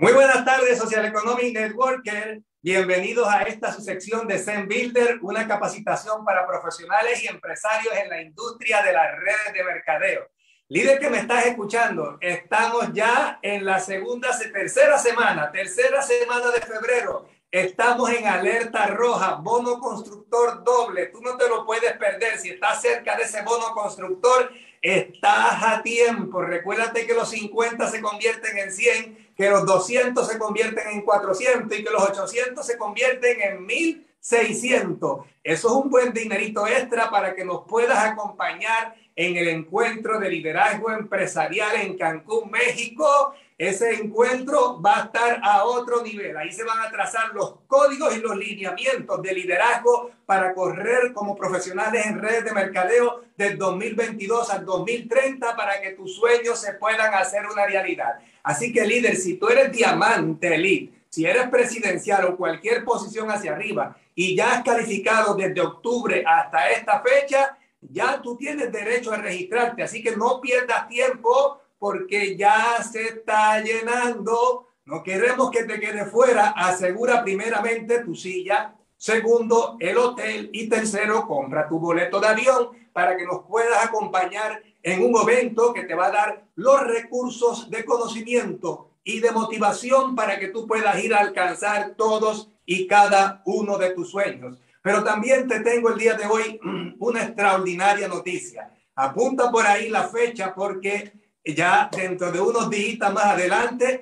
Muy buenas tardes, Social Economic Networker. Bienvenidos a esta su sección de Zen Builder, una capacitación para profesionales y empresarios en la industria de las redes de mercadeo. Líder que me estás escuchando, estamos ya en la tercera semana de febrero. Estamos en alerta roja, bono constructor doble. Tú no te lo puedes perder. Si estás cerca de ese bono constructor, estás a tiempo. Recuérdate que los 50 se convierten en 100, que los 200 se convierten en 400 y que los 800 se convierten en 1600. Eso es un buen dinerito extra para que nos puedas acompañar en el encuentro de liderazgo empresarial en Cancún, México. Ese encuentro va a estar a otro nivel. Ahí se van a trazar los códigos y los lineamientos de liderazgo para correr como profesionales en redes de mercadeo del 2022 al 2030 para que tus sueños se puedan hacer una realidad. Así que, líder, si tú eres diamante elite, si eres presidencial o cualquier posición hacia arriba y ya has calificado desde octubre hasta esta fecha, ya tú tienes derecho a registrarte. Así que no pierdas tiempo, porque ya se está llenando. No queremos que te quede fuera. Asegura primeramente tu silla, segundo el hotel y tercero compra tu boleto de avión para que nos puedas acompañar en un evento que te va a dar los recursos de conocimiento y de motivación para que tú puedas ir a alcanzar todos y cada uno de tus sueños. Pero también te tengo el día de hoy una extraordinaria noticia. Apunta por ahí la fecha, porque ya dentro de unos días más adelante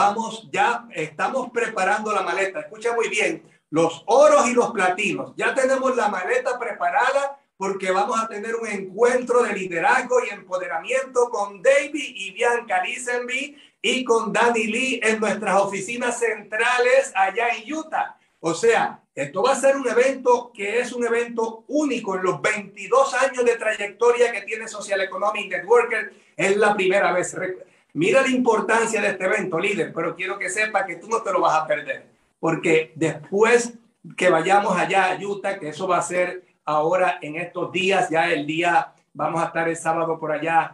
estamos preparando la maleta. Escucha muy bien, los oros y los platinos. Ya tenemos la maleta preparada porque vamos a tener un encuentro de liderazgo y empoderamiento con David y Bianca Lisenby y con Danny Lee en nuestras oficinas centrales allá en Utah. O sea, esto va a ser un evento que es un evento único en los 22 años de trayectoria que tiene Social Economic Networker. Es la primera vez. Mira la importancia de este evento, líder, pero quiero que sepa que tú no te lo vas a perder. Porque después que vayamos allá a Utah, que eso va a ser ahora en estos días, vamos a estar el sábado por allá,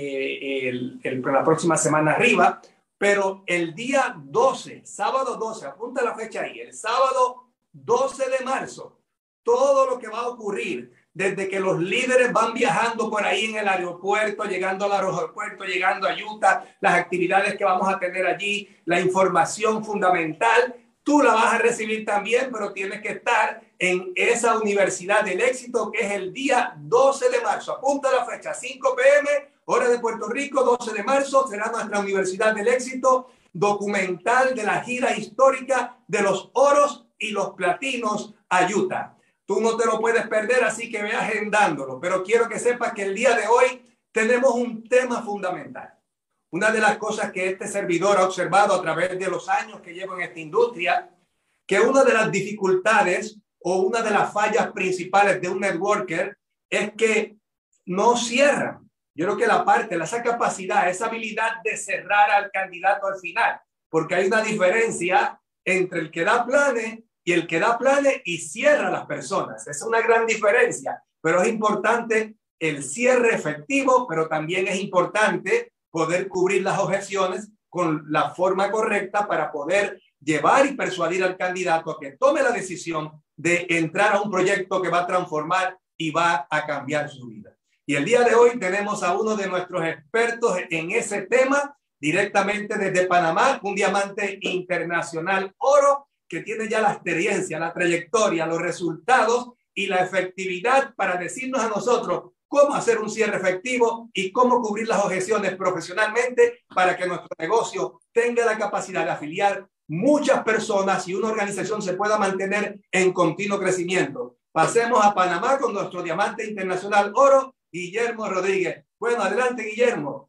la próxima semana arriba. Pero el día 12, sábado 12, apunta la fecha ahí, el sábado 12 de marzo, todo lo que va a ocurrir desde que los líderes van viajando por ahí en el aeropuerto, llegando al aeropuerto, llegando a Utah, las actividades que vamos a tener allí, la información fundamental, tú la vas a recibir también, pero tienes que estar en esa Universidad del Éxito, que es el día 12 de marzo. Apunta la fecha, 5 p.m., hora de Puerto Rico, 12 de marzo, será nuestra Universidad del Éxito, documental de la gira histórica de los oros y los platinos a Utah. Tú no te lo puedes perder, así que ve agendándolo. Pero quiero que sepas que el día de hoy tenemos un tema fundamental. Una de las cosas que este servidor ha observado a través de los años que llevo en esta industria, que una de las dificultades o una de las fallas principales de un networker es que no cierran. Yo creo que esa capacidad, esa habilidad de cerrar al candidato al final, porque hay una diferencia entre el que da planes y el que da planes y cierra a las personas. Esa es una gran diferencia, pero es importante el cierre efectivo, pero también es importante poder cubrir las objeciones con la forma correcta para poder llevar y persuadir al candidato a que tome la decisión de entrar a un proyecto que va a transformar y va a cambiar su vida. Y el día de hoy tenemos a uno de nuestros expertos en ese tema, directamente desde Panamá, un diamante internacional oro que tiene ya la experiencia, la trayectoria, los resultados y la efectividad para decirnos a nosotros cómo hacer un cierre efectivo y cómo cubrir las objeciones profesionalmente para que nuestro negocio tenga la capacidad de afiliar muchas personas y una organización se pueda mantener en continuo crecimiento. Pasemos a Panamá con nuestro diamante internacional oro, Guillermo Rodríguez. Bueno, adelante, Guillermo.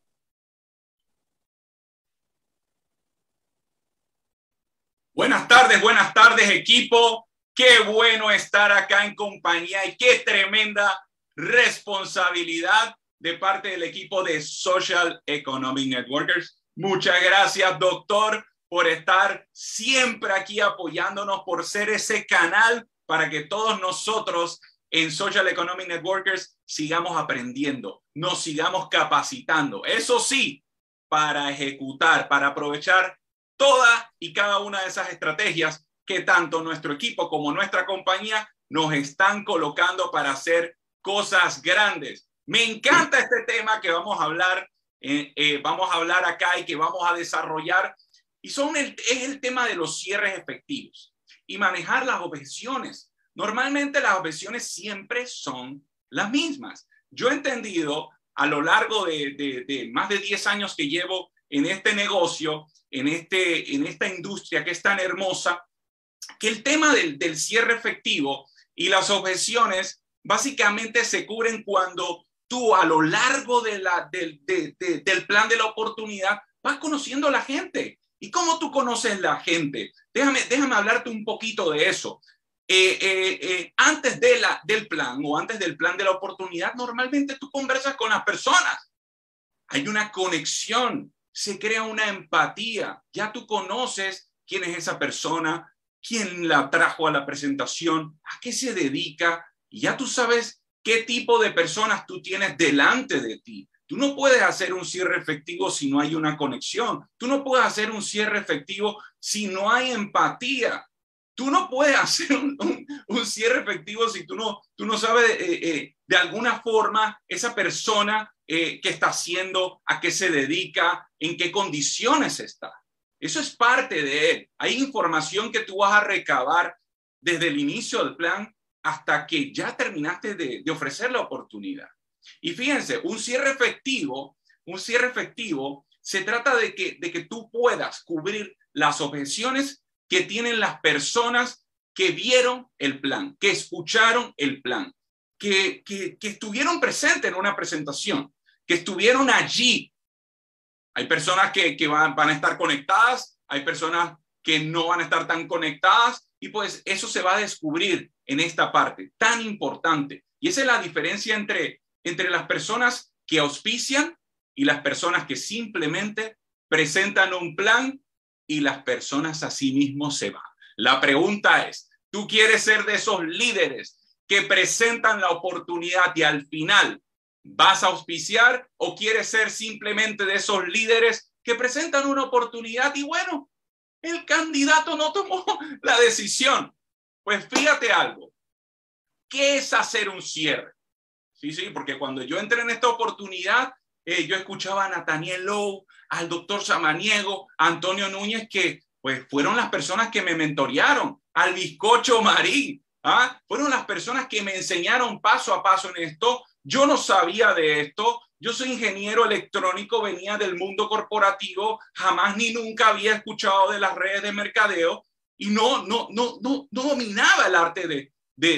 Buenas tardes, equipo. Qué bueno estar acá en compañía y qué tremenda responsabilidad de parte del equipo de Social Economic Networkers. Muchas gracias, doctor, por estar siempre aquí apoyándonos, por ser ese canal para que todos nosotros en Social Economic Networkers sigamos aprendiendo, nos sigamos capacitando. Eso sí, para ejecutar, para aprovechar todas y cada una de esas estrategias que tanto nuestro equipo como nuestra compañía nos están colocando para hacer cosas grandes. Me encanta este tema que vamos a hablar acá y que vamos a desarrollar. Y es el tema de los cierres efectivos y manejar las objeciones. Normalmente las objeciones siempre son las mismas. Yo he entendido a lo largo de más de 10 años que llevo en este negocio, en esta industria que es tan hermosa, que el tema del cierre efectivo y las objeciones básicamente se cubren cuando tú a lo largo del plan de la oportunidad vas conociendo a la gente. ¿Y cómo tú conoces la gente? Déjame hablarte un poquito de eso. Antes del plan o antes del plan de la oportunidad, normalmente tú conversas con las personas. Hay una conexión, se crea una empatía. Ya tú conoces quién es esa persona, quién la trajo a la presentación, a qué se dedica, y ya tú sabes qué tipo de personas tú tienes delante de ti. Tú no puedes hacer un cierre efectivo si no hay una conexión. Tú no puedes hacer un cierre efectivo si no hay empatía. Tú no puedes hacer un cierre efectivo si tú no sabes de alguna forma esa persona qué está haciendo, a qué se dedica, en qué condiciones está. Eso es parte de él. Hay información que tú vas a recabar desde el inicio del plan hasta que ya terminaste de ofrecer la oportunidad. Y fíjense, un cierre efectivo se trata de que tú puedas cubrir las objeciones que tienen las personas que vieron el plan, que escucharon el plan, que estuvieron presentes en una presentación, que estuvieron allí. Hay personas que van a estar conectadas, hay personas que no van a estar tan conectadas, y pues eso se va a descubrir en esta parte tan importante. Y esa es la diferencia entre las personas que auspician y las personas que simplemente presentan un plan y las personas así mismo se van. La pregunta es, ¿tú quieres ser de esos líderes que presentan la oportunidad y al final vas a auspiciar, o quieres ser simplemente de esos líderes que presentan una oportunidad y bueno, el candidato no tomó la decisión? Pues fíjate algo, ¿qué es hacer un cierre? Sí, porque cuando yo entré en esta oportunidad, yo escuchaba a Nathaniel Lowe, al doctor Samaniego, a Antonio Núñez, que pues fueron las personas que me mentorearon, al bizcocho Marí, fueron las personas que me enseñaron paso a paso en esto. Yo no sabía de esto, yo soy ingeniero electrónico, venía del mundo corporativo, jamás ni nunca había escuchado de las redes de mercadeo y no dominaba el arte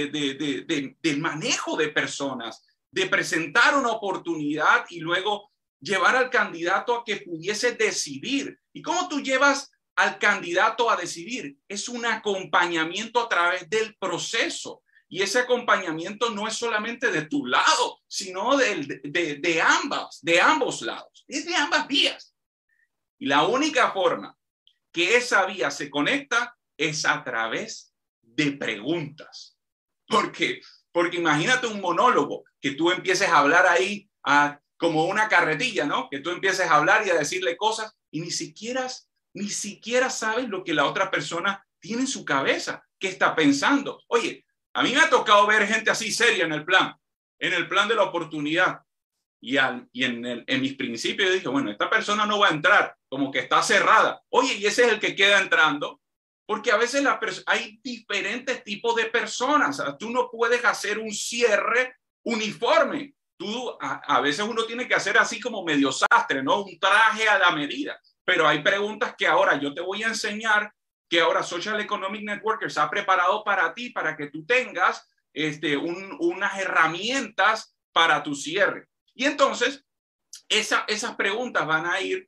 del manejo de personas, de presentar una oportunidad y luego llevar al candidato a que pudiese decidir. ¿Y cómo tú llevas al candidato a decidir? Es un acompañamiento a través del proceso. Y ese acompañamiento no es solamente de tu lado, sino de ambos lados, es de ambas vías. Y la única forma que esa vía se conecta es a través de preguntas. Porque imagínate un monólogo, que tú empieces a hablar ahí como una carretilla, ¿no? Que tú empieces a hablar y a decirle cosas y ni siquiera sabes lo que la otra persona tiene en su cabeza, qué está pensando. Oye, a mí me ha tocado ver gente así seria en el plan de la oportunidad. Y en mis principios yo dije, bueno, esta persona no va a entrar, como que está cerrada. Oye, y ese es el que queda entrando. Porque a veces hay diferentes tipos de personas. O sea, tú no puedes hacer un cierre uniforme. A veces uno tiene que hacer así como medio sastre, ¿no? Un traje a la medida. Pero hay preguntas que ahora yo te voy a enseñar, que ahora Social Economic Networkers ha preparado para ti, para que tú tengas unas herramientas para tu cierre. Y entonces, esas preguntas van a ir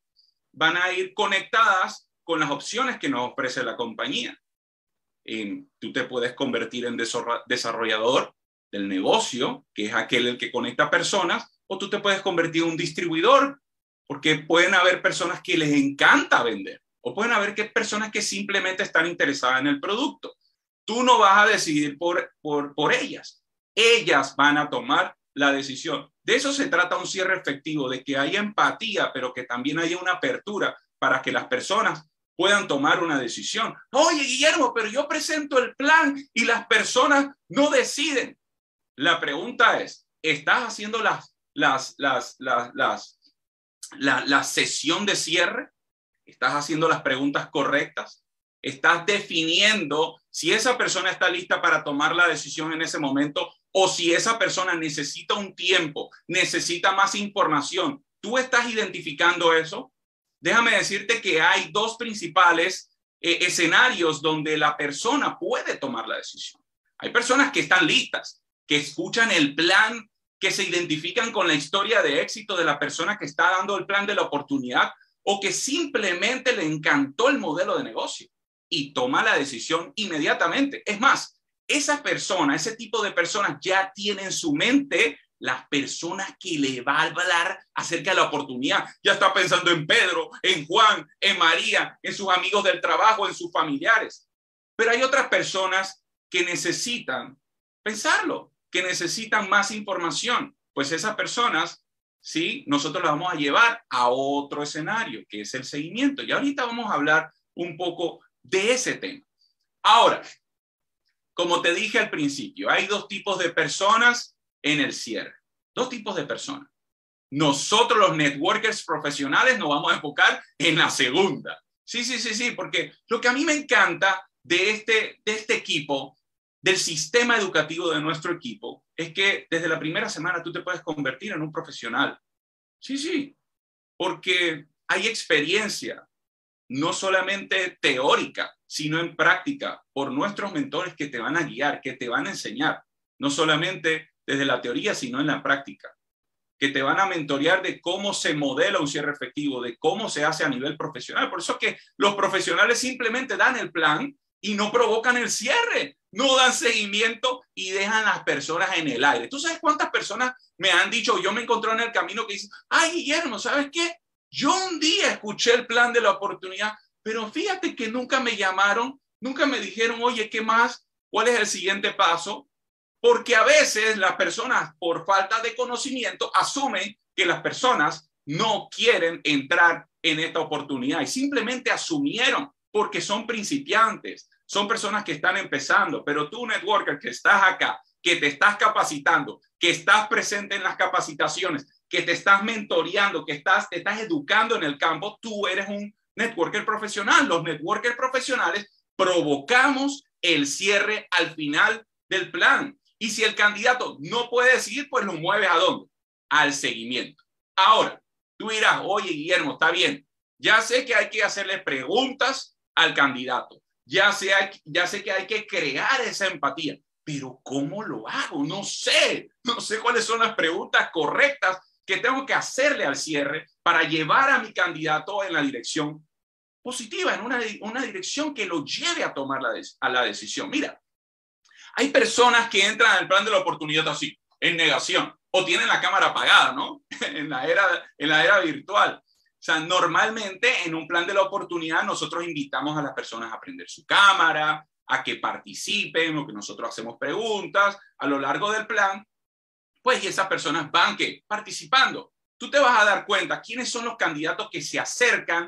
conectadas con las opciones que nos ofrece la compañía. Tú te puedes convertir en desarrollador del negocio, que es aquel el que conecta personas, o tú te puedes convertir en un distribuidor, porque pueden haber personas que les encanta vender, o pueden haber personas que simplemente están interesadas en el producto. Tú no vas a decidir por ellas. Ellas van a tomar la decisión. De eso se trata un cierre efectivo, de que haya empatía, pero que también haya una apertura para que las personas puedan tomar una decisión. Oye, Guillermo, pero yo presento el plan y las personas no deciden. La pregunta es, ¿estás haciendo la sesión de cierre? ¿Estás haciendo las preguntas correctas? ¿Estás definiendo si esa persona está lista para tomar la decisión en ese momento o si esa persona necesita un tiempo, necesita más información? ¿Tú estás identificando eso? Déjame decirte que hay dos principales escenarios donde la persona puede tomar la decisión. Hay personas que están listas, que escuchan el plan, que se identifican con la historia de éxito de la persona que está dando el plan de la oportunidad o que simplemente le encantó el modelo de negocio y toma la decisión inmediatamente. Es más, esa persona, ese tipo de personas ya tiene en su mente las personas que le va a hablar acerca de la oportunidad. Ya está pensando en Pedro, en Juan, en María, en sus amigos del trabajo, en sus familiares. Pero hay otras personas que necesitan pensarlo, que necesitan más información. Pues esas personas, sí, nosotros las vamos a llevar a otro escenario, que es el seguimiento. Y ahorita vamos a hablar un poco de ese tema. Ahora, como te dije al principio, hay dos tipos de personas en el cierre. Dos tipos de personas. Nosotros los networkers profesionales nos vamos a enfocar en la segunda. Sí, porque lo que a mí me encanta de este equipo, del sistema educativo de nuestro equipo, es que desde la primera semana tú te puedes convertir en un profesional. Sí, porque hay experiencia, no solamente teórica, sino en práctica, por nuestros mentores que te van a guiar, que te van a enseñar, no solamente desde la teoría, sino en la práctica, que te van a mentorear de cómo se modela un cierre efectivo, de cómo se hace a nivel profesional. Por eso es que los profesionales simplemente dan el plan y no provocan el cierre, no dan seguimiento y dejan a las personas en el aire. ¿Tú sabes cuántas personas me han dicho, yo me encontré en el camino que dicen, ay, Guillermo, ¿sabes qué? Yo un día escuché el plan de la oportunidad, pero fíjate que nunca me llamaron, nunca me dijeron, oye, ¿qué más? ¿Cuál es el siguiente paso? Porque a veces las personas, por falta de conocimiento, asumen que las personas no quieren entrar en esta oportunidad y simplemente asumieron porque son principiantes, son personas que están empezando. Pero tú, networker, que estás acá, que te estás capacitando, que estás presente en las capacitaciones, que te estás mentoreando, que te estás educando en el campo, tú eres un networker profesional. Los networkers profesionales provocamos el cierre al final del plan. Y si el candidato no puede decidir, pues lo mueves ¿a dónde? Al seguimiento. Ahora, tú dirás, oye, Guillermo, está bien. Ya sé que hay que hacerle preguntas al candidato. Ya sé que hay que crear esa empatía. Pero ¿cómo lo hago? No sé cuáles son las preguntas correctas que tengo que hacerle al cierre para llevar a mi candidato en la dirección positiva, en una dirección que lo lleve a tomar la decisión. Mira, hay personas que entran al plan de la oportunidad así, en negación, o tienen la cámara apagada, ¿no? en la era virtual. O sea, normalmente en un plan de la oportunidad nosotros invitamos a las personas a prender su cámara, a que participen, o que nosotros hacemos preguntas a lo largo del plan, pues y esas personas van participando. Tú te vas a dar cuenta quiénes son los candidatos que se acercan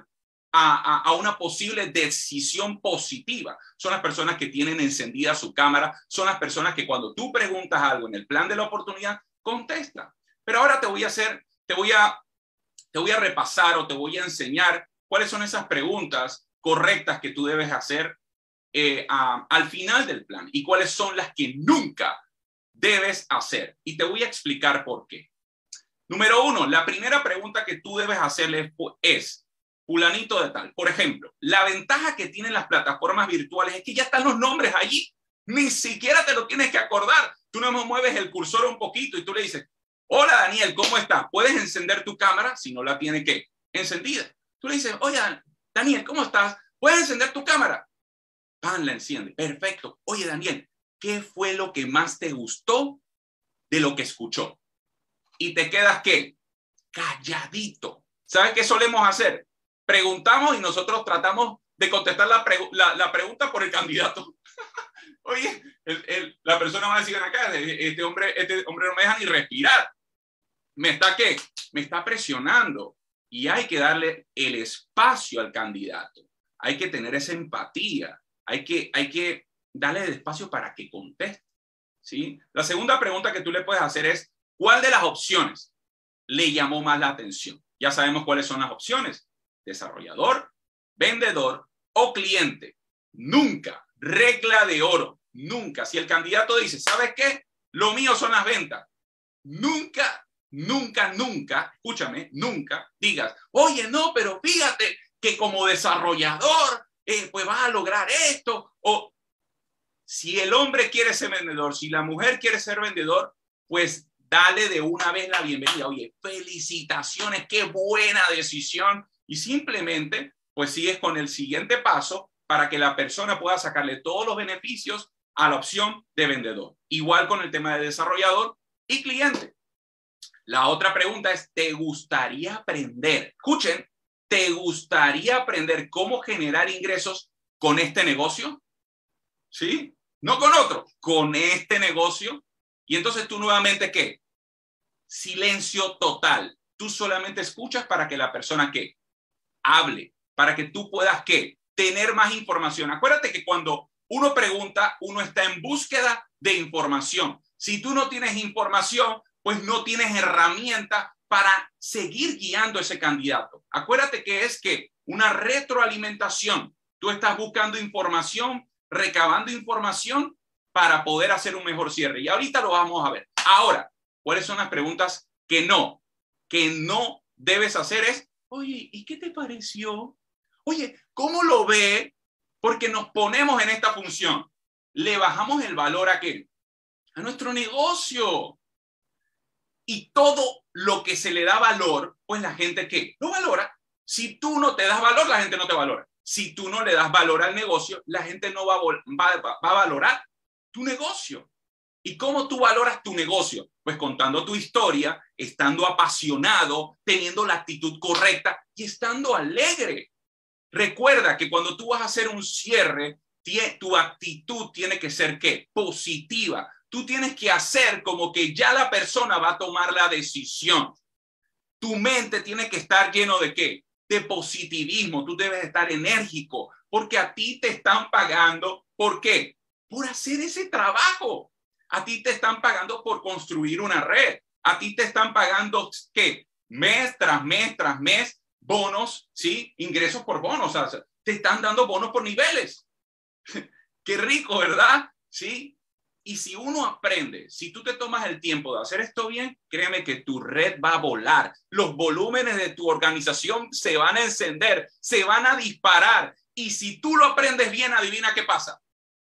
a una posible decisión positiva. Son las personas que tienen encendida su cámara, son las personas que cuando tú preguntas algo en el plan de la oportunidad, contestan. Pero ahora te voy a repasar o te voy a enseñar cuáles son esas preguntas correctas que tú debes hacer al final del plan y cuáles son las que nunca debes hacer. Y te voy a explicar por qué. Número 1, la primera pregunta que tú debes hacerle es, fulanito de tal. Por ejemplo, la ventaja que tienen las plataformas virtuales es que ya están los nombres allí. Ni siquiera te lo tienes que acordar. Tú no mueves el cursor un poquito y tú le dices, hola Daniel, ¿cómo estás? ¿Puedes encender tu cámara? Si no la tiene ¿qué? Encendida. Tú le dices, oye Daniel, ¿cómo estás? ¿Puedes encender tu cámara? ¡Pam! La enciende. Perfecto. Oye Daniel, ¿qué fue lo que más te gustó de lo que escuchó? Y te quedas ¿qué? Calladito. ¿Sabes qué solemos hacer? Preguntamos y nosotros tratamos de contestar la pregunta por el candidato. Oye, la persona va a decir acá, este hombre no me deja ni respirar. ¿Me está qué? Me está presionando. Y hay que darle el espacio al candidato. hay que tener esa empatía, hay que darle el espacio para que conteste, ¿sí? La segunda pregunta que tú le puedes hacer es, ¿cuál de las opciones le llamó más la atención? Ya sabemos cuáles son las opciones: desarrollador, vendedor o cliente. Nunca, regla de oro, nunca. Si el candidato dice, ¿sabes qué? Lo mío son las ventas. Nunca, nunca, nunca, escúchame, nunca digas, oye, no, pero fíjate que como desarrollador, pues vas a lograr esto. O si el hombre quiere ser vendedor, si la mujer quiere ser vendedor, pues dale de una vez la bienvenida. Oye, felicitaciones, qué buena decisión. Y simplemente, pues sigues con el siguiente paso para que la persona pueda sacarle todos los beneficios a la opción de vendedor. Igual con el tema de desarrollador y cliente. La otra pregunta es, ¿te gustaría aprender? Escuchen, ¿te gustaría aprender cómo generar ingresos con este negocio? ¿Sí? No con otro, con este negocio. Y entonces tú nuevamente, ¿qué? Silencio total. Tú solamente escuchas para que la persona, ¿qué? Hable, para que tú puedas, ¿qué? Tener más información. Acuérdate que cuando uno pregunta, uno está en búsqueda de información. Si tú no tienes información, pues no tienes herramienta para seguir guiando a ese candidato. Acuérdate que es que una retroalimentación. Tú estás buscando información, recabando información para poder hacer un mejor cierre. Y ahorita lo vamos a ver. Ahora, ¿cuáles son las preguntas que no debes hacer? Es, oye, ¿y qué te pareció? Oye, ¿cómo lo ve? Porque nos ponemos en esta función. Le bajamos el valor ¿a qué? A nuestro negocio. Y todo lo que se le da valor, pues la gente ¿qué? Lo valora. Si tú no te das valor, la gente no te valora. Si tú no le das valor al negocio, la gente no va a valorar tu negocio. ¿Y cómo tú valoras tu negocio? Pues contando tu historia, estando apasionado, teniendo la actitud correcta y estando alegre. Recuerda que cuando tú vas a hacer un cierre, tu actitud tiene que ser ¿qué? Positiva. Tú tienes que hacer como que ya la persona va a tomar la decisión. Tu mente tiene que estar lleno ¿de qué? De positivismo. Tú debes estar enérgico porque a ti te están pagando. ¿Por qué? Por hacer ese trabajo. A ti te están pagando por construir una red. A ti te están pagando ¿qué? Mes tras mes tras mes, bonos, ¿sí? Ingresos por bonos. O sea, te están dando bonos por niveles. Qué rico, ¿verdad? ¿Sí? Y si uno aprende, si tú te tomas el tiempo de hacer esto bien, créeme que tu red va a volar. Los volúmenes de tu organización se van a encender, se van a disparar. Y si tú lo aprendes bien, adivina qué pasa.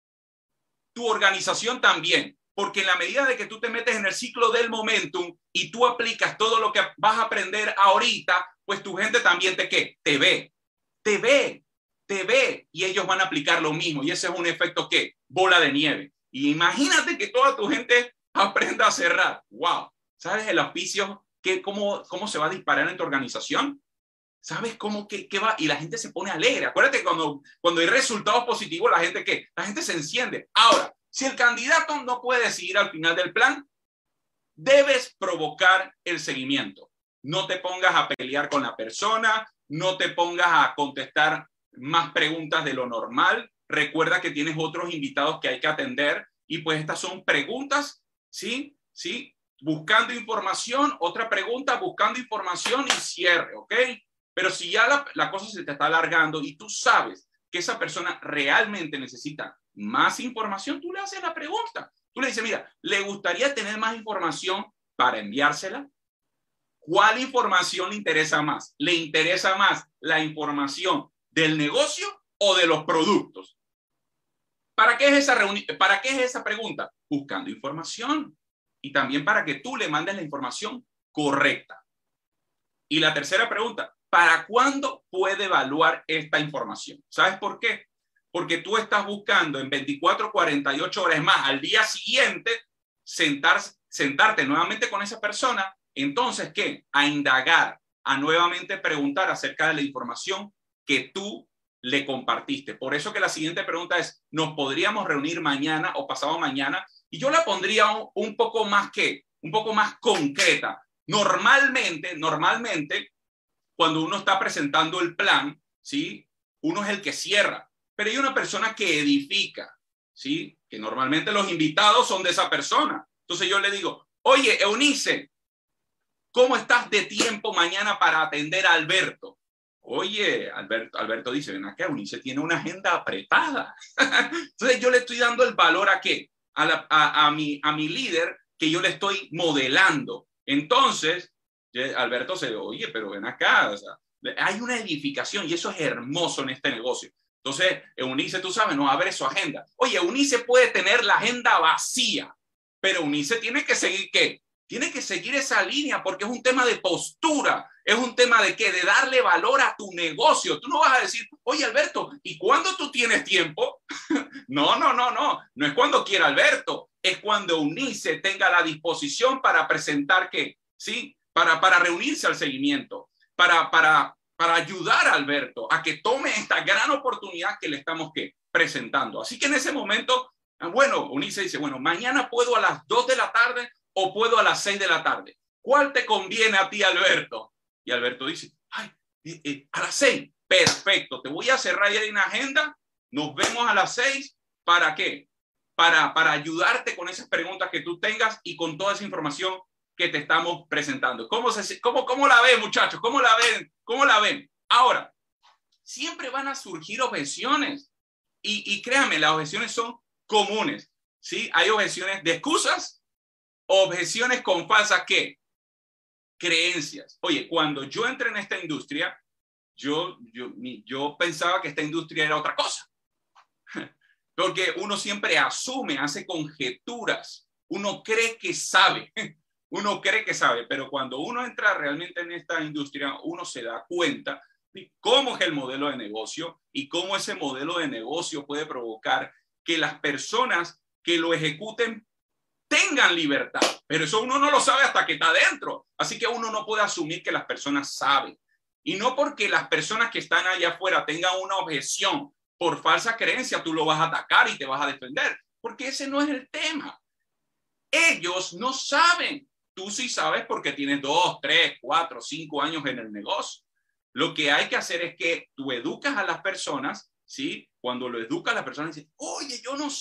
Tu organización también. Porque en la medida de que tú te metes en el ciclo del momentum y tú aplicas todo lo que vas a aprender ahorita, pues tu gente también ¿qué? Te ve y ellos van a aplicar lo mismo. Y ese es un efecto ¿qué? Bola de nieve. Y imagínate que toda tu gente aprenda a cerrar. ¡Wow! ¿Sabes el auspicio? ¿Cómo se va a disparar en tu organización? ¿Sabes cómo qué va? Y la gente se pone alegre. Acuérdate que cuando hay resultados positivos, la gente ¿qué? La gente se enciende. Ahora, si el candidato no puede seguir al final del plan, debes provocar el seguimiento. No te pongas a pelear con la persona, no te pongas a contestar más preguntas de lo normal. Recuerda que tienes otros invitados que hay que atender y pues estas son preguntas, ¿sí? ¿Sí? Buscando información, otra pregunta, buscando información y cierre, ¿ok? Pero si ya la cosa se te está alargando y tú sabes que esa persona realmente necesita más información, tú le haces la pregunta. Tú le dices, mira, ¿le gustaría tener más información para enviársela? ¿Cuál información le interesa más? ¿Le interesa más la información del negocio o de los productos? ¿Para qué es esa reunión? ¿Para qué es esa pregunta? Buscando información y también para que tú le mandes la información correcta. Y la tercera pregunta, ¿para cuándo puede evaluar esta información? ¿Sabes por qué? Porque tú estás buscando en 24, 48 horas más al día siguiente sentarte nuevamente con esa persona. Entonces, ¿qué? A indagar, a nuevamente preguntar acerca de la información que tú le compartiste. Por eso que la siguiente pregunta es, ¿nos podríamos reunir mañana o pasado mañana? Y yo la pondría un poco más un poco más concreta. Normalmente, cuando uno está presentando el plan, ¿sí? uno es el que cierra, pero hay una persona que edifica, ¿sí? Que normalmente los invitados son de esa persona. Entonces yo le digo, oye, Eunice, ¿cómo estás de tiempo mañana para atender a Alberto? Oye, Alberto dice, ven acá, Eunice tiene una agenda apretada. Entonces yo le estoy dando el valor a qué? A mi líder que yo le estoy modelando. Entonces, Alberto se oye, pero ven acá, o sea, hay una edificación y eso es hermoso en este negocio. Entonces, Eunice, tú sabes, no abre su agenda. Oye, Eunice puede tener la agenda vacía, pero Eunice tiene que seguir, ¿qué? Tiene que seguir esa línea porque es un tema de postura, es un tema de qué, de darle valor a tu negocio. Tú no vas a decir, oye, Alberto, ¿y cuándo tú tienes tiempo? No es cuando quiera Alberto, es cuando Eunice tenga la disposición para presentar qué, ¿sí? Para reunirse al seguimiento, para ayudar a Alberto a que tome esta gran oportunidad que le estamos presentando. Así que en ese momento, bueno, Eunice dice, bueno, mañana puedo a las 2 de la tarde o puedo a las 6 de la tarde. ¿Cuál te conviene a ti, Alberto? Y Alberto dice, ay, a las 6. Perfecto, te voy a cerrar ya en agenda. Nos vemos a las 6. ¿Para qué? Para ayudarte con esas preguntas que tú tengas y con toda esa información que te estamos presentando. ¿Cómo la ven, muchachos? ¿Cómo la ven? ¿Cómo la ven? Ahora, siempre van a surgir objeciones. Y créanme, las objeciones son comunes, ¿sí? Hay objeciones de excusas, objeciones con falsas ¿qué? Creencias. Oye, cuando yo entré en esta industria, yo pensaba que esta industria era otra cosa. Porque uno siempre asume, hace conjeturas, uno cree que sabe, pero cuando uno entra realmente en esta industria, uno se da cuenta de cómo es el modelo de negocio y cómo ese modelo de negocio puede provocar que las personas que lo ejecuten tengan libertad, pero eso uno no lo sabe hasta que está adentro, así que uno no puede asumir que las personas saben, y no porque las personas que están allá afuera tengan una objeción por falsa creencia, tú lo vas a atacar y te vas a defender, porque ese no es el tema. Ellos no saben, tú sí sabes porque tienes 2, 3, 4, 5 años en el negocio. Lo que hay que hacer es que tú educas a las personas, ¿sí? Cuando lo educas, las personas dicen, oye, yo no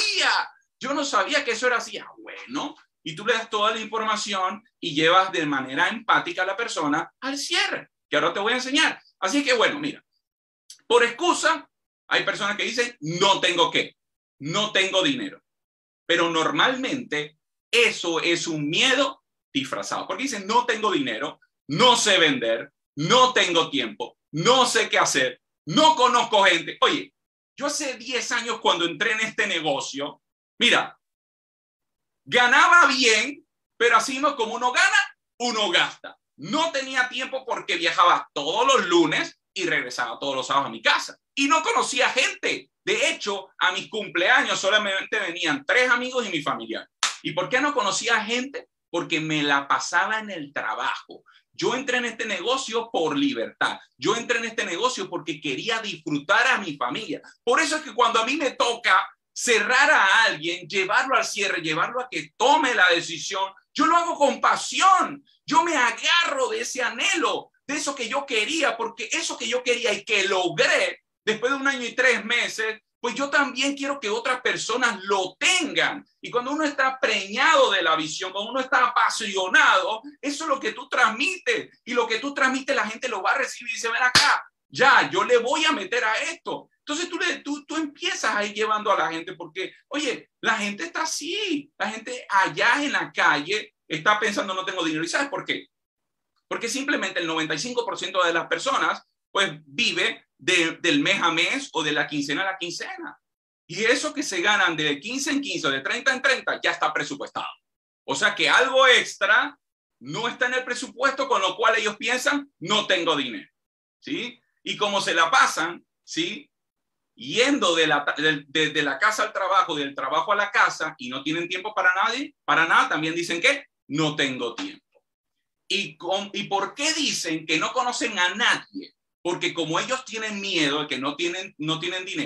sabía que eso era así. Ah, bueno, y tú le das toda la información y llevas de manera empática a la persona al cierre, que ahora te voy a enseñar. Así que, bueno, mira, por excusa, hay personas que dicen, no tengo dinero. Pero normalmente eso es un miedo disfrazado, porque dicen, no tengo dinero, no sé vender, no tengo tiempo, no sé qué hacer, no conozco gente. Oye, yo hace 10 años cuando entré en este negocio, mira, ganaba bien, pero así no, como uno gana, uno gasta. No tenía tiempo porque viajaba todos los lunes y regresaba todos los sábados a mi casa. Y no conocía gente. De hecho, a mis cumpleaños solamente venían 3 amigos y mi familiar. ¿Y por qué no conocía gente? Porque me la pasaba en el trabajo. Yo entré en este negocio por libertad. Yo entré en este negocio porque quería disfrutar a mi familia. Por eso es que cuando a mí me toca cerrar a alguien, llevarlo al cierre, llevarlo a que tome la decisión, yo lo hago con pasión. Yo me agarro de ese anhelo, de eso que yo quería, porque eso que yo quería y que logré después de 1 año y 3 meses, pues yo también quiero que otras personas lo tengan. Y cuando uno está preñado de la visión, cuando uno está apasionado, eso es lo que tú transmites. Y lo que tú transmites, la gente lo va a recibir y dice, ven acá, ya, yo le voy a meter a esto. Entonces tú empiezas a ir llevando a la gente porque, oye, la gente está así. La gente allá en la calle está pensando, no tengo dinero. ¿Y sabes por qué? Porque simplemente el 95% de las personas pues vive del mes a mes o de la quincena a la quincena. Y eso que se ganan de 15 en 15 o de 30 en 30 ya está presupuestado. O sea que algo extra no está en el presupuesto, con lo cual ellos piensan, no tengo dinero. ¿Sí? Y como se la pasan, ¿sí? Yendo de la casa al trabajo, del trabajo a la casa y no tienen tiempo para nadie, para nada, también dicen que no tengo tiempo. ¿Y por qué dicen que no conocen a nadie? Porque como ellos tienen miedo de que no tienen dinero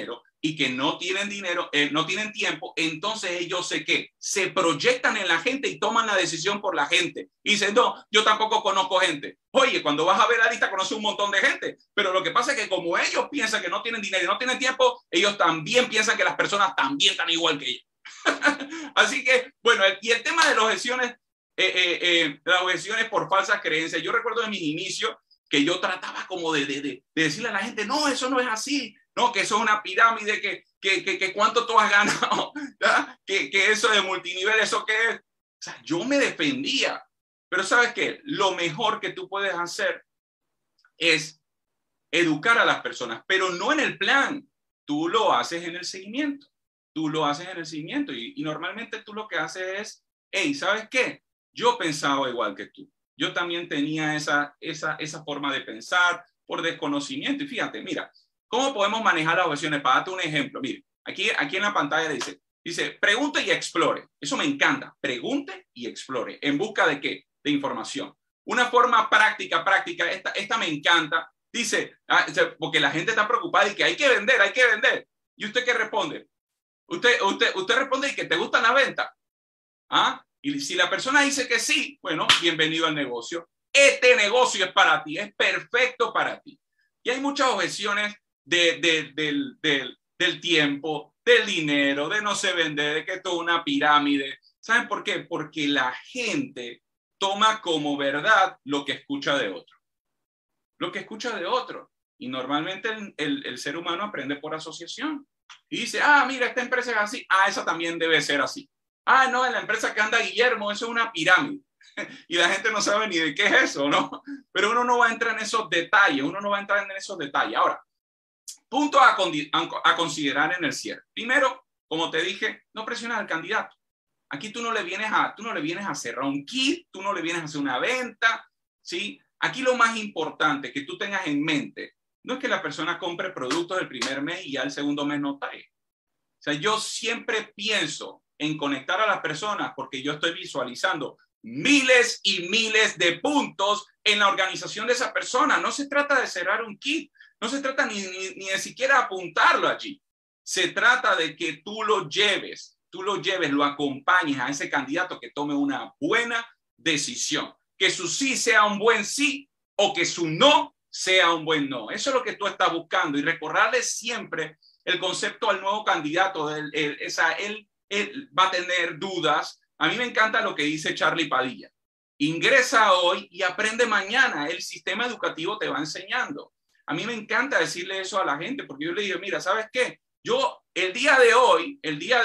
y que no tienen dinero, no tienen tiempo, entonces ellos se proyectan en la gente y toman la decisión por la gente. Y dicen, no, yo tampoco conozco gente. Oye, cuando vas a ver la lista, conoces un montón de gente. Pero lo que pasa es que como ellos piensan que no tienen dinero y no tienen tiempo, ellos también piensan que las personas también están igual que ellos. Así que, bueno, y el tema de las objeciones por falsas creencias. Yo recuerdo en mis inicios que yo trataba como de decirle a la gente, no, eso no es así. No, que eso es una pirámide, que cuánto tú has ganado, que eso de multinivel, eso que es. O sea, yo me defendía. Pero ¿sabes qué? Lo mejor que tú puedes hacer es educar a las personas, pero no en el plan. Tú lo haces en el seguimiento. Tú lo haces en el seguimiento y normalmente tú lo que haces es, hey, ¿sabes qué? Yo pensaba igual que tú. Yo también tenía esa forma de pensar por desconocimiento. Y fíjate, mira, ¿cómo podemos manejar las objeciones? Para darte un ejemplo, mire, aquí en la pantalla dice, pregunte y explore. Eso me encanta. Pregunte y explore. ¿En busca de qué? De información. Una forma práctica, esta me encanta. Dice, porque la gente está preocupada y que hay que vender. ¿Y usted qué responde? Usted responde y que te gusta la venta. ¿Ah? Y si la persona dice que sí, bueno, bienvenido al negocio. Este negocio es para ti, es perfecto para ti. Y hay muchas objeciones del tiempo, del dinero, de no se vender, de que esto es una pirámide. ¿Saben por qué? Porque la gente toma como verdad lo que escucha de otro. Lo que escucha de otro. Y normalmente el ser humano aprende por asociación. Y dice, mira, esta empresa es así. Esa también debe ser así. No, en la empresa que anda Guillermo, eso es una pirámide. Y la gente no sabe ni de qué es eso, ¿no? Pero uno no va a entrar en esos detalles. Ahora, puntos a considerar en el cierre. Primero, como te dije, no presiones al candidato. Aquí tú no le vienes a cerrar un kit, tú no le vienes a hacer una venta, ¿sí? Aquí lo más importante que tú tengas en mente no es que la persona compre productos del primer mes y ya el segundo mes no pague. O sea, yo siempre pienso en conectar a las personas porque yo estoy visualizando miles y miles de puntos en la organización de esa persona. No se trata de cerrar un kit, no se trata ni de siquiera apuntarlo allí. Se trata de que tú lo lleves, lo acompañes a ese candidato que tome una buena decisión. Que su sí sea un buen sí o que su no sea un buen no. Eso es lo que tú estás buscando y recordarle siempre el concepto al nuevo candidato. Él va a tener dudas. A mí me encanta lo que dice Charlie Padilla. Ingresa hoy y aprende mañana. El sistema educativo te va enseñando. A mí me encanta decirle eso a la gente porque yo le digo, mira, ¿sabes qué? Yo el día de hoy,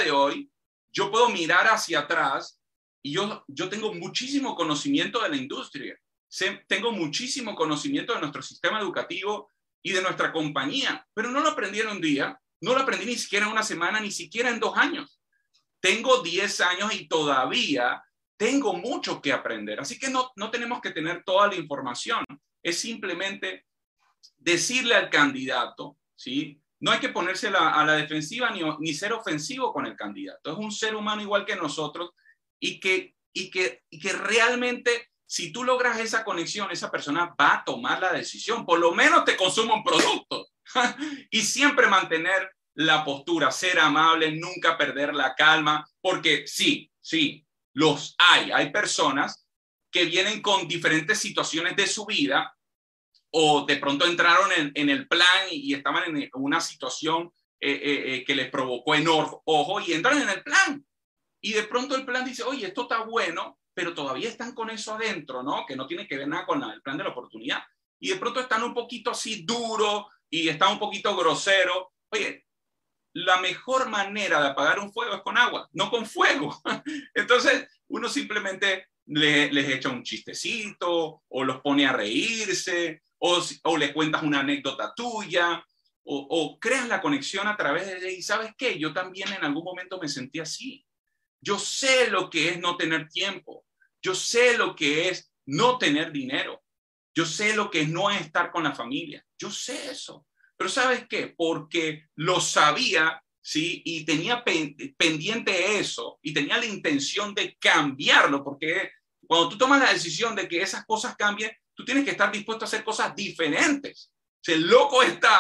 yo puedo mirar hacia atrás y yo tengo muchísimo conocimiento de la industria. Tengo muchísimo conocimiento de nuestro sistema educativo y de nuestra compañía, pero no lo aprendí en un día, no lo aprendí ni siquiera en una semana, ni siquiera en 2 años. Tengo 10 años y todavía tengo mucho que aprender. Así que no tenemos que tener toda la información. Es simplemente decirle al candidato, ¿sí? No hay que ponerse a la defensiva ni ser ofensivo con el candidato. Es un ser humano igual que nosotros y que realmente si tú logras esa conexión, esa persona va a tomar la decisión. Por lo menos te consume un producto. Y siempre mantener la postura, ser amable, nunca perder la calma, porque sí, los hay. Hay personas que vienen con diferentes situaciones de su vida o de pronto entraron en el plan y estaban en una situación que les provocó enojo y entran en el plan. Y de pronto el plan dice, oye, esto está bueno, pero todavía están con eso adentro, ¿no? Que no tiene que ver nada con el plan de la oportunidad. Y de pronto están un poquito así duro y están un poquito grosero. Oye, la mejor manera de apagar un fuego es con agua, no con fuego. Entonces, uno simplemente les echa un chistecito o los pone a reírse o le cuentas una anécdota tuya o creas la conexión a través de... Y ¿sabes qué? Yo también en algún momento me sentí así. Yo sé lo que es no tener tiempo. Yo sé lo que es no tener dinero. Yo sé lo que es no estar con la familia. Yo sé eso. Pero ¿sabes qué? Porque lo sabía, ¿sí? Y tenía pendiente eso y tenía la intención de cambiarlo, porque cuando tú tomas la decisión de que esas cosas cambien, tú tienes que estar dispuesto a hacer cosas diferentes. O sea, el loco está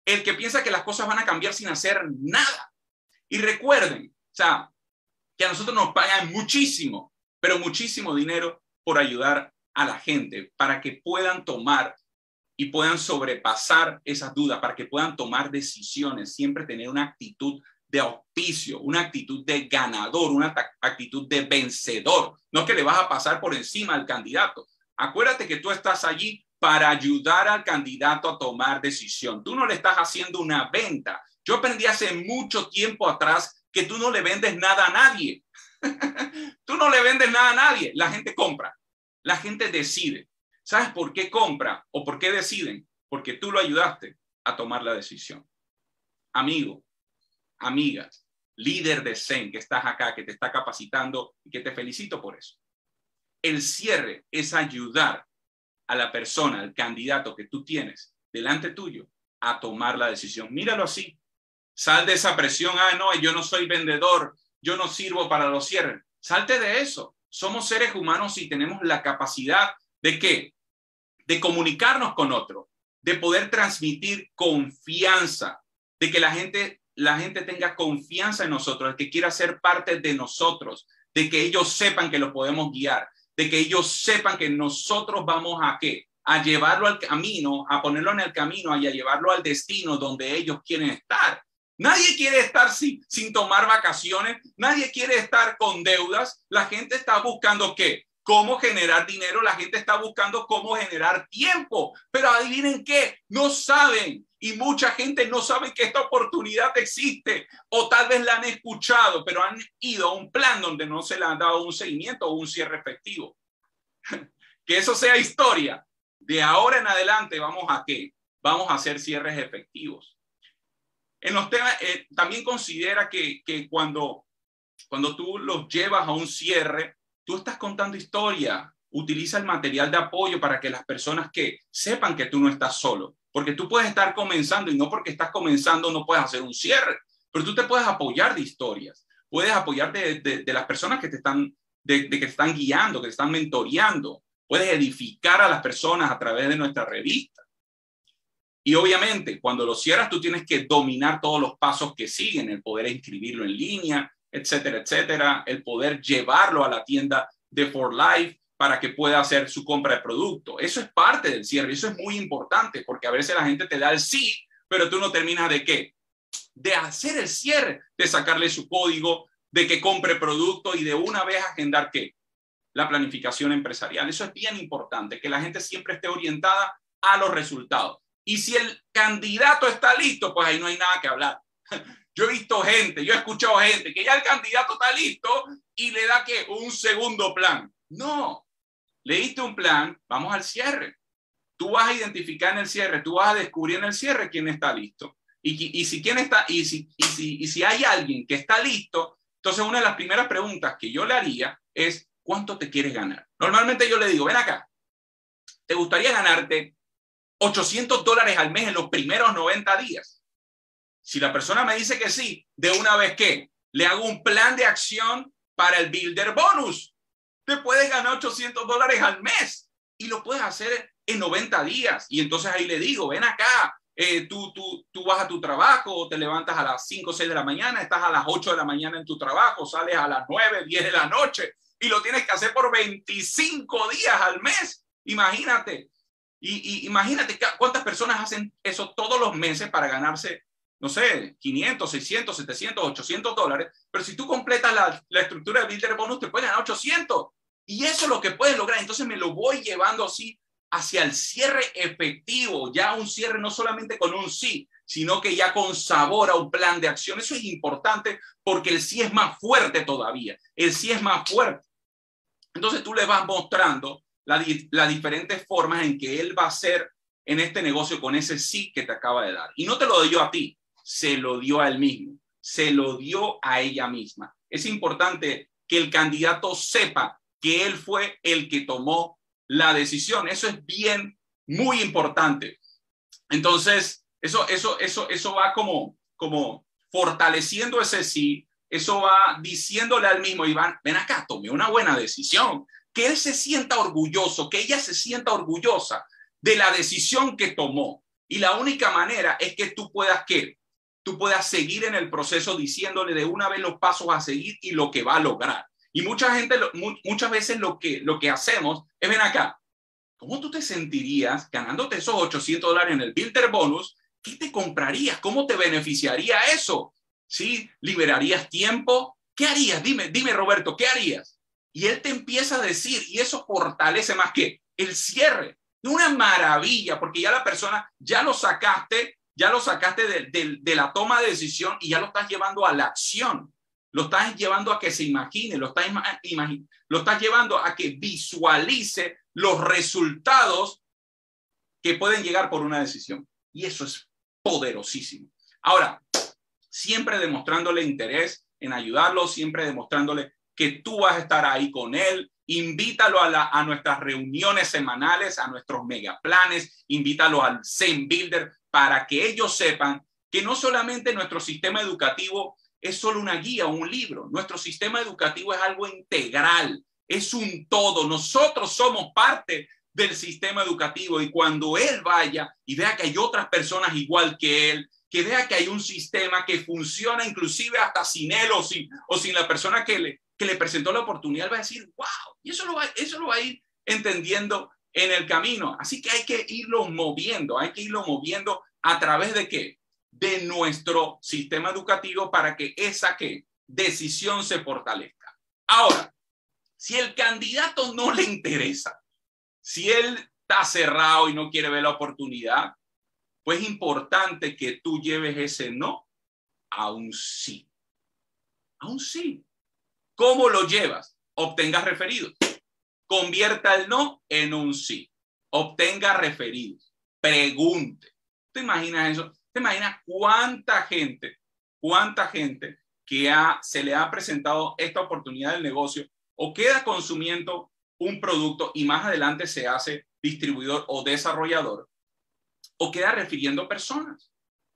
el que piensa que las cosas van a cambiar sin hacer nada. Y recuerden, o sea, que a nosotros nos pagan muchísimo, pero muchísimo dinero por ayudar a la gente para que puedan tomar y puedan sobrepasar esas dudas, para que puedan tomar decisiones, siempre tener una actitud de auspicio, una actitud de ganador, una actitud de vencedor. No es que le vas a pasar por encima al candidato. Acuérdate que tú estás allí para ayudar al candidato a tomar decisión. Tú no le estás haciendo una venta. Yo aprendí hace mucho tiempo atrás que tú no le vendes nada a nadie. Tú no le vendes nada a nadie. La gente compra. La gente decide. ¿Sabes por qué compra o por qué deciden? Porque tú lo ayudaste a tomar la decisión. Amigo, amiga, líder de Zen que estás acá, que te está capacitando y que te felicito por eso. El cierre es ayudar a la persona, al candidato que tú tienes delante tuyo a tomar la decisión. Míralo así. Sal de esa presión. Ah, no, yo no soy vendedor. Yo no sirvo para los cierres. Salte de eso. Somos seres humanos y tenemos la capacidad ¿de qué? De comunicarnos con otro, de poder transmitir confianza, de que la gente tenga confianza en nosotros, de que quiera ser parte de nosotros, de que ellos sepan que los podemos guiar, de que ellos sepan que nosotros vamos a ¿qué? A llevarlo al camino, a ponerlo en el camino y a llevarlo al destino donde ellos quieren estar. Nadie quiere estar sin tomar vacaciones, nadie quiere estar con deudas. La gente está buscando ¿qué? Cómo generar dinero, la gente está buscando cómo generar tiempo, pero adivinen qué, no saben y mucha gente no sabe que esta oportunidad existe o tal vez la han escuchado, pero han ido a un plan donde no se le han dado un seguimiento o un cierre efectivo. Que eso sea historia. De ahora en adelante vamos a ¿qué? Vamos a hacer cierres efectivos. En los temas, también considera que cuando tú los llevas a un cierre, tú estás contando historia. Utiliza el material de apoyo para que las personas que sepan que tú no estás solo. Porque tú puedes estar comenzando y no porque estás comenzando no puedes hacer un cierre. Pero tú te puedes apoyar de historias. Puedes apoyar de las personas que te están, que te están guiando, que te están mentoreando. Puedes edificar a las personas a través de nuestra revista. Y obviamente, cuando lo cierras, tú tienes que dominar todos los pasos que siguen, el poder inscribirlo en línea, etcétera, etcétera, el poder llevarlo a la tienda de For Life para que pueda hacer su compra de producto. Eso es parte del cierre, eso es muy importante, porque a veces la gente te da el sí, pero tú no terminas de ¿qué? De hacer el cierre, de sacarle su código, de que compre producto y de una vez agendar ¿qué? La planificación empresarial. Eso es bien importante, que la gente siempre esté orientada a los resultados. Y si el candidato está listo, pues ahí no hay nada que hablar. Yo he visto gente, yo he escuchado gente que ya el candidato está listo y le da ¿qué? Un segundo plan. No, le diste un plan, vamos al cierre. Tú vas a identificar en el cierre, tú vas a descubrir en el cierre quién está listo. Y si hay alguien que está listo, entonces una de las primeras preguntas que yo le haría es ¿cuánto te quieres ganar? Normalmente yo le digo, ven acá, ¿te gustaría ganarte $800 al mes en los primeros 90 días? Si la persona me dice que sí, de una vez ¿qué? Le hago un plan de acción para el Builder Bonus. Te puedes ganar $800 al mes y lo puedes hacer en 90 días. Y entonces ahí le digo, ven acá, tú vas a tu trabajo, te levantas a las 5 o 6 de la mañana, estás a las 8 de la mañana en tu trabajo, sales a las 9, 10 de la noche y lo tienes que hacer por 25 días al mes. Imagínate. Y imagínate cuántas personas hacen eso todos los meses para ganarse, no sé, 500, 600, 700, $800. Pero si tú completas la estructura de Builder Bonus, te puedes ganar 800. Y eso es lo que puedes lograr. Entonces me lo voy llevando así hacia el cierre efectivo. Ya un cierre no solamente con un sí, sino que ya con sabor a un plan de acción. Eso es importante porque el sí es más fuerte todavía. El sí es más fuerte. Entonces tú le vas mostrando las diferentes formas en que él va a hacer en este negocio con ese sí que te acaba de dar. Y no te lo dio a ti, se lo dio a él mismo, se lo dio a ella misma. Es importante que el candidato sepa que él fue el que tomó la decisión. Eso es muy importante. Entonces, eso va como fortaleciendo ese sí, eso va diciéndole al mismo, Iván, ven acá, tomé una buena decisión. Que él se sienta orgulloso, que ella se sienta orgullosa de la decisión que tomó. Y la única manera es que tú puedas, ¿qué? Tú puedas seguir en el proceso diciéndole de una vez los pasos a seguir y lo que va a lograr. Y muchas veces lo que hacemos es, ven acá, ¿cómo tú te sentirías ganándote esos $800 en el Builder Bonus? ¿Qué te comprarías? ¿Cómo te beneficiaría eso? ¿Sí? ¿Liberarías tiempo? ¿Qué harías? Dime, Roberto, ¿qué harías? Y él te empieza a decir, y eso fortalece más que el cierre. Una maravilla, porque ya la persona, ya lo sacaste de la toma de decisión y ya lo estás llevando a la acción. Lo estás llevando a que se imagine, lo estás llevando a que visualice los resultados que pueden llegar por una decisión. Y eso es poderosísimo. Ahora, siempre demostrándole interés en ayudarlo, siempre demostrándole que tú vas a estar ahí con él. Invítalo a nuestras reuniones semanales, a nuestros megaplanes, invítalo al Zen Builder para que ellos sepan que no solamente nuestro sistema educativo es solo una guía o un libro. Nuestro sistema educativo es algo integral, es un todo. Nosotros somos parte del sistema educativo y cuando él vaya y vea que hay otras personas igual que él, que vea que hay un sistema que funciona inclusive hasta sin él o sin la persona que le presentó la oportunidad, va a decir, wow, y eso lo va a ir entendiendo en el camino. Así que hay que irlo moviendo a través de ¿qué? De nuestro sistema educativo para que esa decisión se fortalezca. Ahora, si el candidato no le interesa, si él está cerrado y no quiere ver la oportunidad, pues es importante que tú lleves ese no a un sí. A un sí. ¿Cómo lo llevas? Obtenga referidos. Convierta el no en un sí. Obtenga referidos. Pregunte. ¿Te imaginas eso? ¿Te imaginas cuánta gente que se le ha presentado esta oportunidad del negocio o queda consumiendo un producto y más adelante se hace distribuidor o desarrollador o queda refiriendo personas?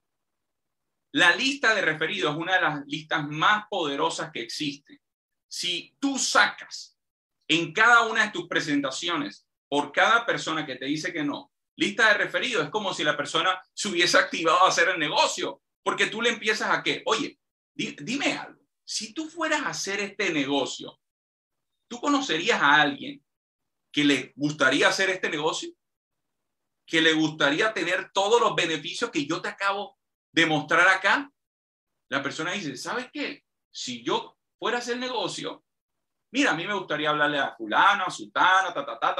La lista de referidos es una de las listas más poderosas que existe. Si tú sacas en cada una de tus presentaciones por cada persona que te dice que no, lista de referidos, es como si la persona se hubiese activado a hacer el negocio, porque tú le empiezas a que, oye, dime algo, si tú fueras a hacer este negocio, ¿tú conocerías a alguien que le gustaría hacer este negocio? ¿Que le gustaría tener todos los beneficios que yo te acabo de mostrar acá? La persona dice, ¿sabes qué? Si yo fuera a hacer el negocio, mira, a mí me gustaría hablarle a fulano, a sutana,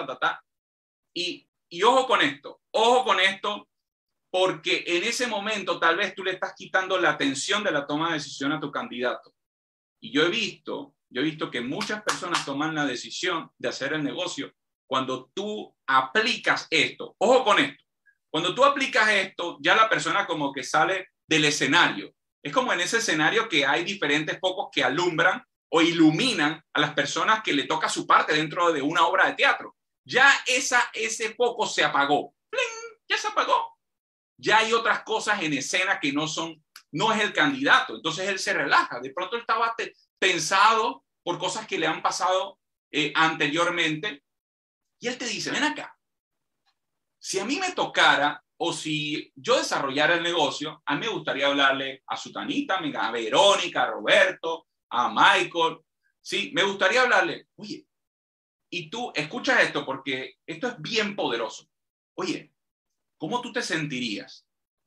Y ojo con esto, porque en ese momento tal vez tú le estás quitando la atención de la toma de decisión a tu candidato. Y yo he visto que muchas personas toman la decisión de hacer el negocio cuando tú aplicas esto. Ojo con esto. Cuando tú aplicas esto, ya la persona como que sale del escenario. Es como en ese escenario que hay diferentes focos que alumbran o iluminan a las personas que le toca su parte dentro de una obra de teatro. Ya ese foco se apagó. ¡Pling! Ya se apagó. Ya hay otras cosas en escena que no es el candidato. Entonces él se relaja. De pronto él estaba tensado por cosas que le han pasado anteriormente. Y él te dice, ven acá. Si a mí me tocara o si yo desarrollara el negocio, a mí me gustaría hablarle a Sutanita, a Verónica, a Roberto, a Michael. Sí, me gustaría hablarle, oye, y tú escucha esto porque esto es bien poderoso. Oye, ¿cómo tú te sentirías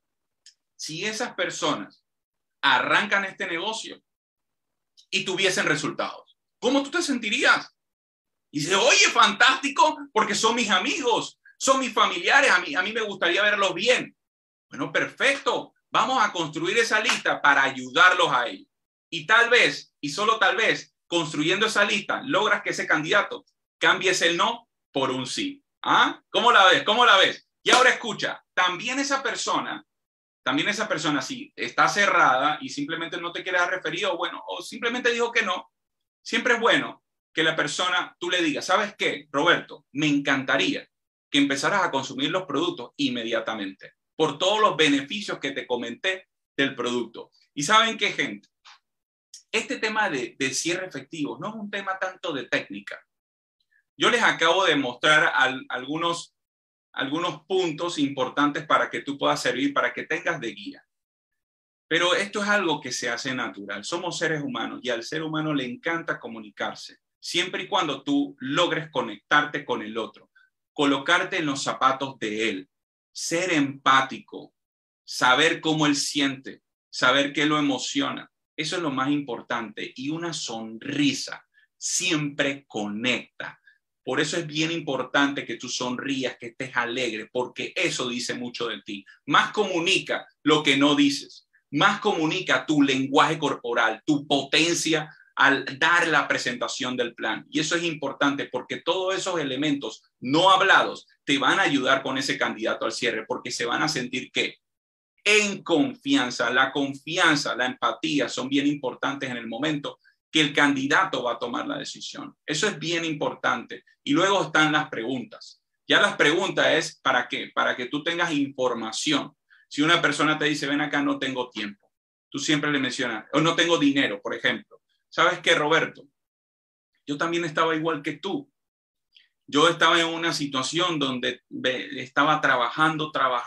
si esas personas arrancan este negocio y tuviesen resultados? ¿Cómo tú te sentirías? Y dice, oye, fantástico, porque son mis amigos, son mis familiares, a mí me gustaría verlos bien. Bueno, perfecto, vamos a construir esa lista para ayudarlos a ellos. Y tal vez, y solo tal vez, construyendo esa lista, logras que ese candidato cambie ese no por un sí. ¿Ah? ¿Cómo la ves? ¿Cómo la ves? Y ahora escucha, también esa persona, si está cerrada y simplemente no te quiere dar referido, bueno, o simplemente dijo que no, siempre es bueno que la persona, tú le digas, ¿sabes qué, Roberto? Me encantaría que empezaras a consumir los productos inmediatamente por todos los beneficios que te comenté del producto. Y ¿saben qué, gente? Este tema de cierre efectivo no es un tema tanto de técnica. Yo les acabo de mostrar algunos algunos puntos importantes para que tú puedas servir, para que tengas de guía. Pero esto es algo que se hace natural. Somos seres humanos y al ser humano le encanta comunicarse, siempre y cuando tú logres conectarte con el otro, colocarte en los zapatos de él, ser empático, saber cómo él siente, saber qué lo emociona. Eso es lo más importante. Y una sonrisa siempre conecta. Por eso es bien importante que tú sonrías, que estés alegre, porque eso dice mucho de ti. Más comunica lo que no dices. Más comunica tu lenguaje corporal, tu potencia al dar la presentación del plan. Y eso es importante porque todos esos elementos no hablados te van a ayudar con ese candidato al cierre, porque se van a sentir que en confianza. La confianza, la empatía son bien importantes en el momento que el candidato va a tomar la decisión. Eso es bien importante. Y luego están las preguntas. Ya las preguntas es ¿para qué? Para que tú tengas información. Si una persona te dice, ven acá, no tengo tiempo, tú siempre le mencionas, o no tengo dinero, por ejemplo. ¿Sabes qué, Roberto? Yo también estaba igual que tú. Yo estaba en una situación donde estaba trabajando.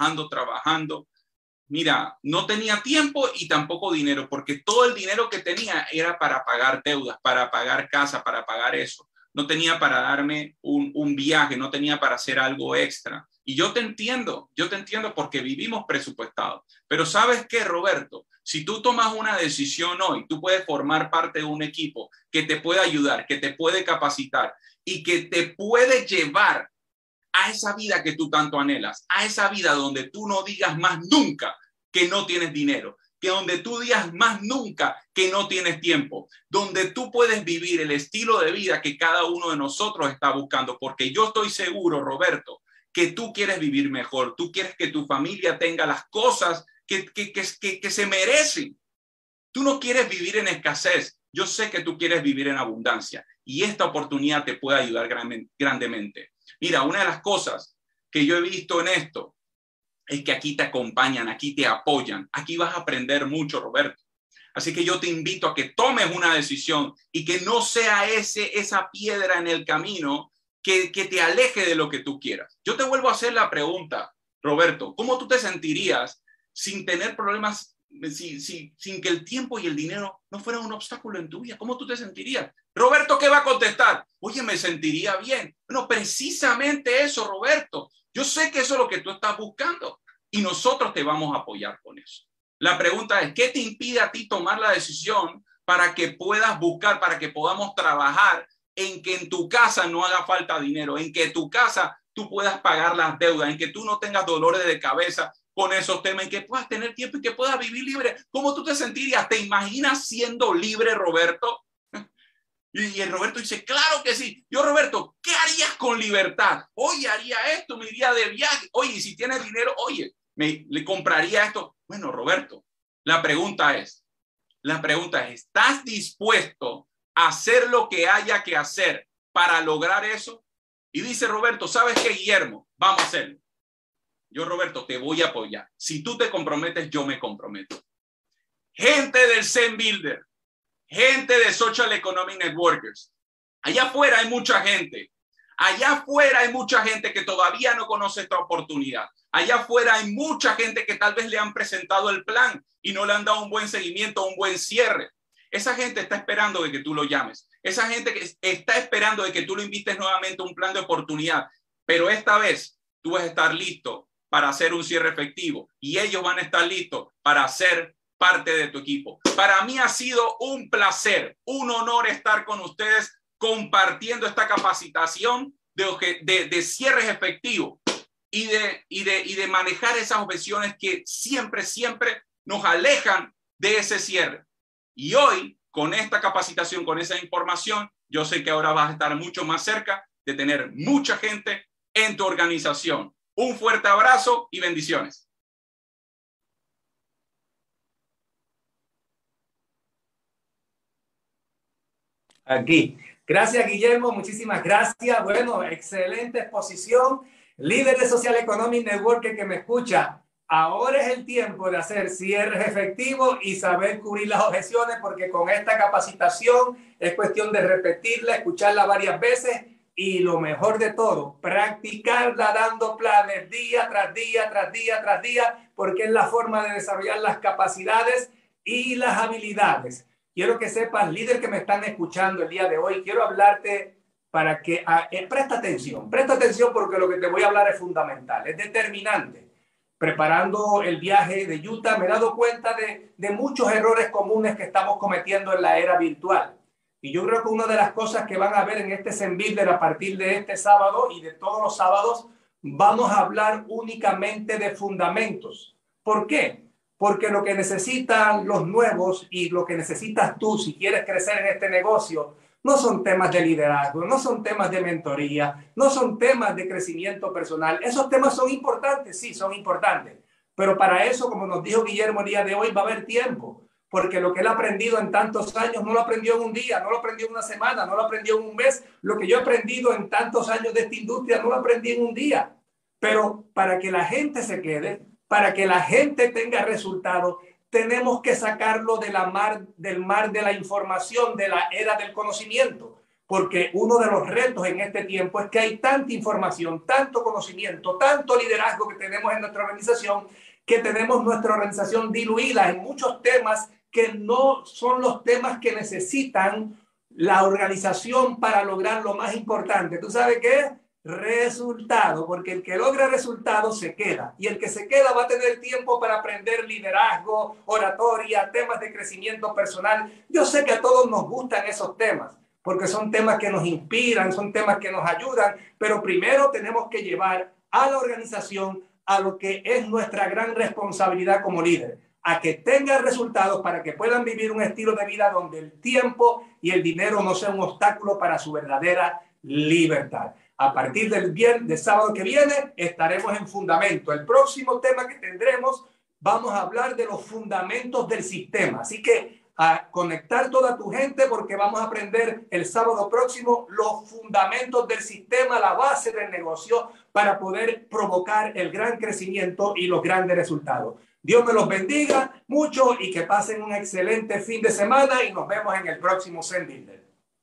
Mira, no tenía tiempo y tampoco dinero, porque todo el dinero que tenía era para pagar deudas, para pagar casa, para pagar eso. No tenía para darme un viaje, no tenía para hacer algo extra. Y yo te entiendo porque vivimos presupuestados. Pero ¿sabes qué, Roberto? Si tú tomas una decisión hoy, tú puedes formar parte de un equipo que te puede ayudar, que te puede capacitar y que te puede llevar a esa vida que tú tanto anhelas, a esa vida donde tú no digas más nunca que no tienes dinero, que donde tú digas más nunca que no tienes tiempo, donde tú puedes vivir el estilo de vida que cada uno de nosotros está buscando, porque yo estoy seguro, Roberto, que tú quieres vivir mejor, tú quieres que tu familia tenga las cosas que se merecen. Tú no quieres vivir en escasez, yo sé que tú quieres vivir en abundancia y esta oportunidad te puede ayudar grandemente. Mira, una de las cosas que yo he visto en esto es que aquí te acompañan, aquí te apoyan, aquí vas a aprender mucho, Roberto. Así que yo te invito a que tomes una decisión y que no sea esa piedra en el camino que te aleje de lo que tú quieras. Yo te vuelvo a hacer la pregunta, Roberto, ¿cómo tú te sentirías sin tener problemas, sin que el tiempo y el dinero no fueran un obstáculo en tu vida? ¿Cómo tú te sentirías? Roberto, ¿qué va a contestar? Oye, me sentiría bien. Bueno, precisamente eso, Roberto. Yo sé que eso es lo que tú estás buscando y nosotros te vamos a apoyar con eso. La pregunta es, ¿qué te impide a ti tomar la decisión para que puedas buscar, para que podamos trabajar en que en tu casa no haga falta dinero, en que tu casa tú puedas pagar las deudas, en que tú no tengas dolores de cabeza con esos temas, en que puedas tener tiempo y que puedas vivir libre? ¿Cómo tú te sentirías? ¿Te imaginas siendo libre, Roberto? Y el Roberto dice, claro que sí. Yo, Roberto, ¿qué harías con libertad? Oye, haría esto, me iría de viaje. Oye, y si tienes dinero, oye, le compraría esto. Bueno, Roberto, la pregunta es, ¿estás dispuesto a hacer lo que haya que hacer para lograr eso? Y dice Roberto, ¿sabes qué, Guillermo? Vamos a hacerlo. Yo, Roberto, te voy a apoyar. Si tú te comprometes, yo me comprometo. Gente del Zen Builder, gente de Social Economic Networkers, allá afuera hay mucha gente. Allá afuera hay mucha gente que todavía no conoce esta oportunidad. Allá afuera hay mucha gente que tal vez le han presentado el plan y no le han dado un buen seguimiento, un buen cierre. Esa gente está esperando de que tú lo llames. Esa gente que está esperando de que tú lo invites nuevamente a un plan de oportunidad. Pero esta vez tú vas a estar listo para hacer un cierre efectivo y ellos van a estar listos para ser parte de tu equipo. Para mí ha sido un placer, un honor estar con ustedes compartiendo esta capacitación de cierres efectivos y de manejar esas objeciones que siempre nos alejan de ese cierre. Y hoy, con esta capacitación, con esa información, yo sé que ahora vas a estar mucho más cerca de tener mucha gente en tu organización. Un fuerte abrazo y bendiciones. Aquí. Gracias, Guillermo. Muchísimas gracias. Bueno, excelente exposición. Líder de Social Economic Network que me escucha, ahora es el tiempo de hacer cierres efectivos y saber cubrir las objeciones, porque con esta capacitación es cuestión de repetirla, escucharla varias veces y lo mejor de todo, practicarla dando planes día tras día, tras día, tras día, porque es la forma de desarrollar las capacidades y las habilidades. Quiero que sepas, líder que me están escuchando el día de hoy, quiero hablarte para que presta atención porque lo que te voy a hablar es fundamental, es determinante. Preparando el viaje de Utah me he dado cuenta de muchos errores comunes que estamos cometiendo en la era virtual. Y yo creo que una de las cosas que van a ver en este Zen Builder a partir de este sábado y de todos los sábados, vamos a hablar únicamente de fundamentos. ¿Por qué? Porque lo que necesitan los nuevos y lo que necesitas tú si quieres crecer en este negocio no son temas de liderazgo, no son temas de mentoría, no son temas de crecimiento personal. Esos temas son importantes, sí, son importantes. Pero para eso, como nos dijo Guillermo el día de hoy, va a haber tiempo. Porque lo que él ha aprendido en tantos años no lo aprendió en un día, no lo aprendió en una semana, no lo aprendió en un mes. Lo que yo he aprendido en tantos años de esta industria no lo aprendí en un día. Pero para que la gente se quede, para que la gente tenga resultados, tenemos que sacarlo del mar de la información, de la era del conocimiento. Porque uno de los retos en este tiempo es que hay tanta información, tanto conocimiento, tanto liderazgo que tenemos en nuestra organización, que tenemos nuestra organización diluida en muchos temas que no son los temas que necesitan la organización para lograr lo más importante. ¿Tú sabes qué es? Resultado, porque el que logra resultados se queda y el que se queda va a tener tiempo para aprender liderazgo, oratoria, temas de crecimiento personal. Yo sé que a todos nos gustan esos temas porque son temas que nos inspiran, son temas que nos ayudan, pero primero tenemos que llevar a la organización a lo que es nuestra gran responsabilidad como líder, a que tengan resultados para que puedan vivir un estilo de vida donde el tiempo y el dinero no sea un obstáculo para su verdadera libertad. A partir del sábado que viene estaremos en fundamento. El próximo tema que tendremos, vamos a hablar de los fundamentos del sistema. Así que a conectar toda tu gente porque vamos a aprender el sábado próximo los fundamentos del sistema, la base del negocio para poder provocar el gran crecimiento y los grandes resultados. Dios me los bendiga mucho y que pasen un excelente fin de semana y nos vemos en el próximo Zen Builder.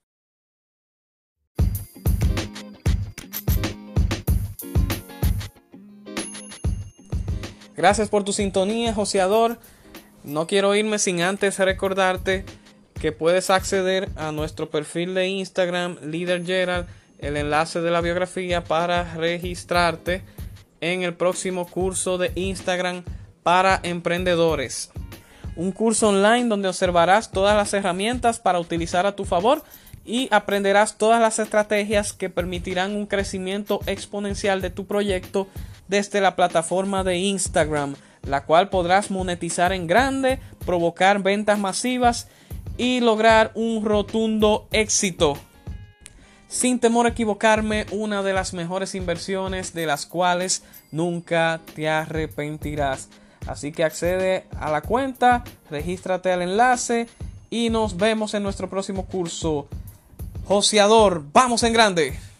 Gracias por tu sintonía, joseador. No quiero irme sin antes recordarte que puedes acceder a nuestro perfil de Instagram, Líder Gerald, el enlace de la biografía para registrarte en el próximo curso de Instagram para emprendedores. Un curso online donde observarás todas las herramientas para utilizar a tu favor y aprenderás todas las estrategias que permitirán un crecimiento exponencial de tu proyecto desde la plataforma de Instagram, la cual podrás monetizar en grande, provocar ventas masivas y lograr un rotundo éxito. Sin temor a equivocarme, una de las mejores inversiones de las cuales nunca te arrepentirás. Así que accede a la cuenta, regístrate al enlace y nos vemos en nuestro próximo curso. Joseador, ¡vamos en grande!